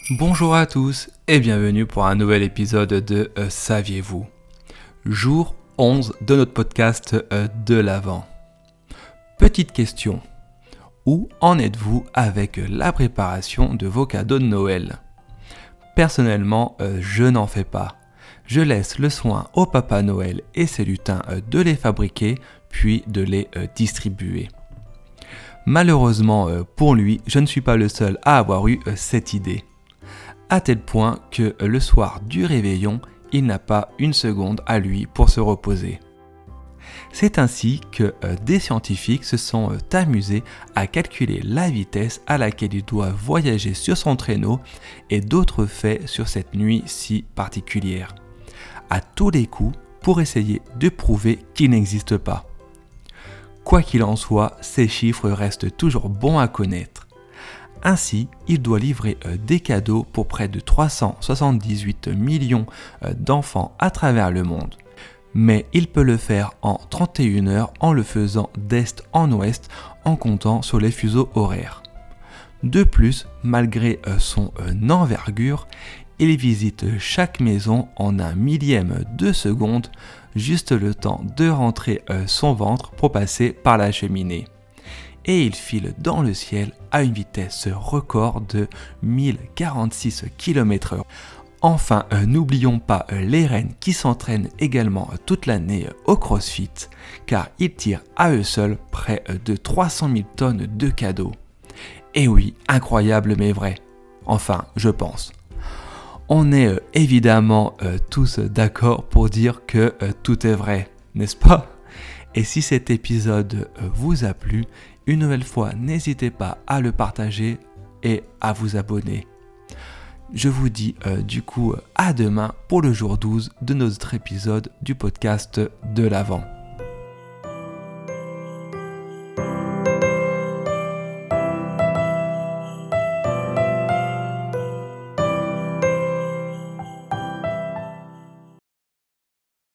Bonjour à tous et bienvenue pour un nouvel épisode de Saviez-vous ? Jour 11 de notre podcast de l'Avent. Petite question, où en êtes-vous avec la préparation de vos cadeaux de Noël ? Personnellement, je n'en fais pas. Je laisse le soin au Papa Noël et ses lutins de les fabriquer puis de les distribuer. Malheureusement pour lui, je ne suis pas le seul à avoir eu cette idée. À tel point que le soir du réveillon, il n'a pas une seconde à lui pour se reposer. C'est ainsi que des scientifiques se sont amusés à calculer la vitesse à laquelle il doit voyager sur son traîneau et d'autres faits sur cette nuit si particulière. À tous les coups, pour essayer de prouver qu'il n'existe pas. Quoi qu'il en soit, ces chiffres restent toujours bons à connaître. Ainsi, il doit livrer des cadeaux pour près de 378 millions d'enfants à travers le monde. Mais il peut le faire en 31 heures en le faisant d'est en ouest en comptant sur les fuseaux horaires. De plus, malgré son envergure, il visite chaque maison en un millième de seconde, juste le temps de rentrer son ventre pour passer par la cheminée. Et il file dans le ciel à une vitesse record de 1046 km/h. Enfin, n'oublions pas les rennes qui s'entraînent également toute l'année au CrossFit, car ils tirent à eux seuls près de 300 000 tonnes de cadeaux. Et oui, incroyable mais vrai. Enfin, je pense. On est évidemment tous d'accord pour dire que tout est vrai, n'est-ce pas ? Et si cet épisode vous a plu, une nouvelle fois, n'hésitez pas à le partager et à vous abonner. Je vous dis du coup à demain pour le jour 12 de notre épisode du podcast de l'Avent.